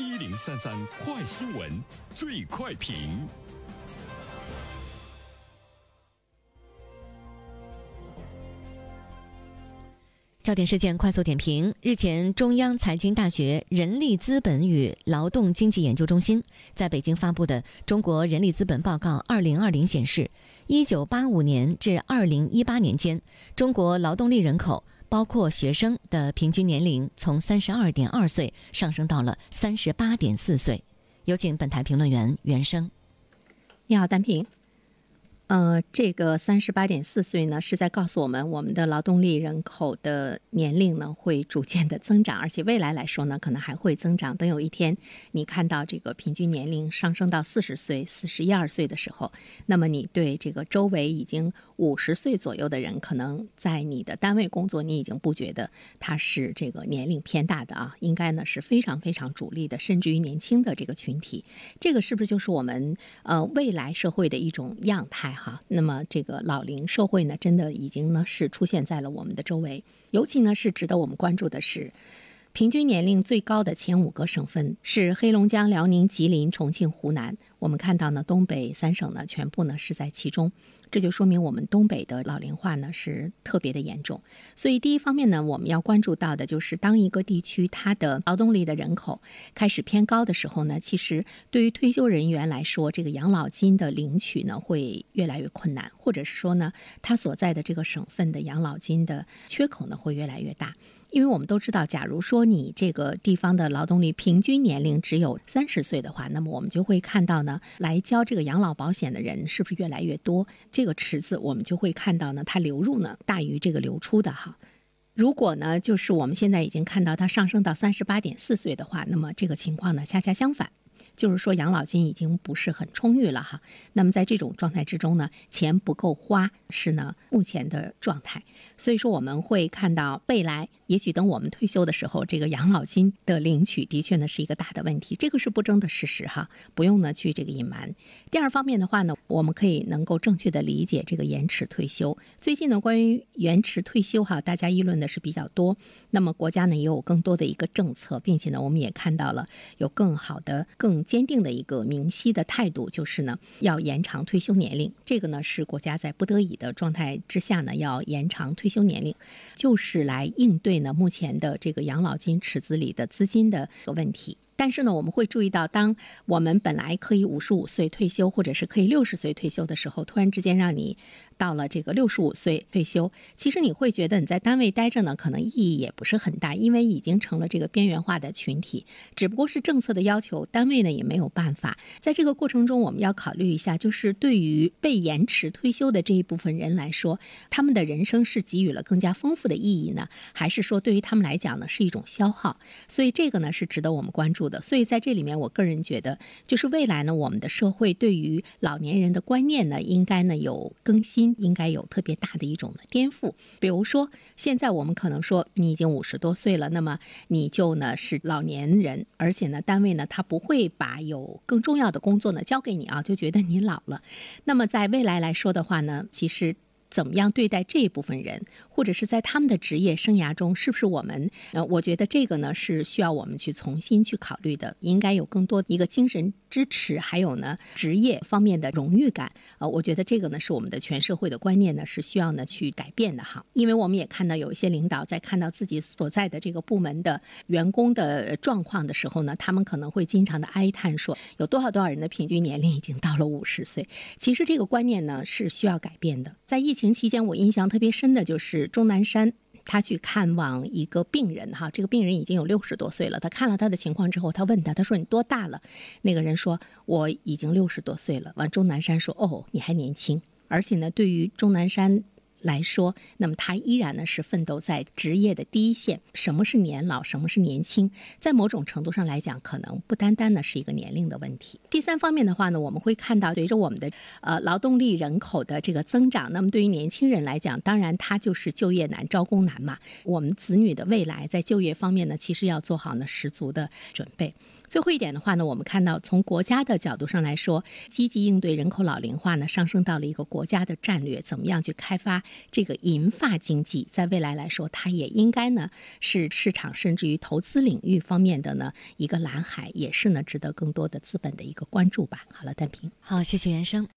1033快新闻最快评。 焦点事件快速点评。日前，中央财经大学人力资本与劳动经济研究中心在北京发布的《中国人力资本报告2020》显示，1985年至2018年间，中国劳动力人口包括学生的平均年龄从32.2岁上升到了38.4岁。有请本台评论员袁生。 你好，单平。这个38.4岁呢，是在告诉我们，我们的劳动力人口的年龄呢会逐渐的增长，而且未来来说呢，可能还会增长。等有一天你看到这个平均年龄上升到40岁、41、2岁的时候，那么你对这个周围已经50岁左右的人，可能在你的单位工作，你已经不觉得他是这个年龄偏大的啊，应该呢是非常非常主力的，甚至于年轻的这个群体。这个是不是就是我们未来社会的一种样态？那么这个老龄社会呢，真的已经呢是出现在了我们的周围。尤其呢是值得我们关注的是，平均年龄最高的前5个省份是黑龙江、辽宁、吉林、重庆、湖南。我们看到呢，东北3省呢全部呢是在其中。这就说明我们东北的老龄化呢是特别的严重。所以第一方面呢，我们要关注到的就是当一个地区它的劳动力的人口开始偏高的时候呢，其实对于退休人员来说，这个养老金的领取呢会越来越困难，或者是说呢，他所在的这个省份的养老金的缺口呢会越来越大。因为我们都知道，假如说你这个地方的劳动力平均年龄只有30岁的话，那么我们就会看到呢，来交这个养老保险的人是不是越来越多？这个池子我们就会看到呢，它流入呢大于这个流出的哈。如果呢，就是我们现在已经看到它上升到38.4岁的话，那么这个情况呢恰恰相反。就是说养老金已经不是很充裕了哈，那么在这种状态之中呢，钱不够花是呢目前的状态。所以说我们会看到未来，也许等我们退休的时候，这个养老金的领取的确呢是一个大的问题，这个是不争的事实哈，不用呢去这个隐瞒。第二方面的话呢，我们可以能够正确的理解这个延迟退休。最近呢关于延迟退休哈，大家议论的是比较多，那么国家呢也有更多的一个政策，并且呢我们也看到了有更好的更坚定的一个明晰的态度，就是呢要延长退休年龄。这个呢是国家在不得已的状态之下呢要延长退休年龄，就是来应对呢目前的这个养老金池子里的资金的问题。但是呢我们会注意到，当我们本来可以55岁退休，或者是可以60岁退休的时候，突然之间让你到了这个65岁退休，其实你会觉得你在单位待着呢可能意义也不是很大，因为已经成了这个边缘化的群体，只不过是政策的要求，单位呢也没有办法。在这个过程中我们要考虑一下，就是对于被延迟退休的这一部分人来说，他们的人生是给予了更加丰富的意义呢，还是说对于他们来讲呢是一种消耗？所以这个呢是值得我们关注的。所以在这里面我个人觉得，就是未来呢我们的社会对于老年人的观念呢应该呢有更新，应该有特别大的一种的颠覆。比如说现在我们可能说你已经50多岁了，那么你就呢是老年人，而且呢单位呢他不会把有更重要的工作呢交给你啊，就觉得你老了。那么在未来来说的话呢，其实怎么样对待这一部分人，或者是在他们的职业生涯中，是不是我们我觉得这个呢是需要我们去重新去考虑的，应该有更多一个精神支持，还有呢职业方面的荣誉感。我觉得这个呢是我们的全社会的观念呢是需要呢去改变的哈。因为我们也看到有一些领导在看到自己所在的这个部门的员工的状况的时候呢，他们可能会经常的哀叹说，有多少人的平均年龄已经到了50岁。其实这个观念呢是需要改变的。在疫情期间，我印象特别深的就是钟南山他去看望一个病人哈，这个病人已经有60多岁了，他看了他的情况之后，他问他说你多大了？那个人说我已经60多岁了。完，钟南山说哦，你还年轻。而且呢对于钟南山来说，那么他依然呢是奋斗在职业的第一线。什么是年老，什么是年轻，在某种程度上来讲，可能不单单呢是一个年龄的问题。第三方面的话呢，我们会看到随着我们的劳动力人口的这个增长，那么对于年轻人来讲，当然他就是就业难、招工难嘛。我们子女的未来在就业方面呢，其实要做好呢十足的准备。最后一点的话呢，我们看到从国家的角度上来说，积极应对人口老龄化呢，上升到了一个国家的战略，怎么样去开发这个银发经济在未来来说，它也应该呢是市场甚至于投资领域方面的呢一个蓝海，也是呢值得更多的资本的一个关注吧。好了，单平。 好，谢谢袁生。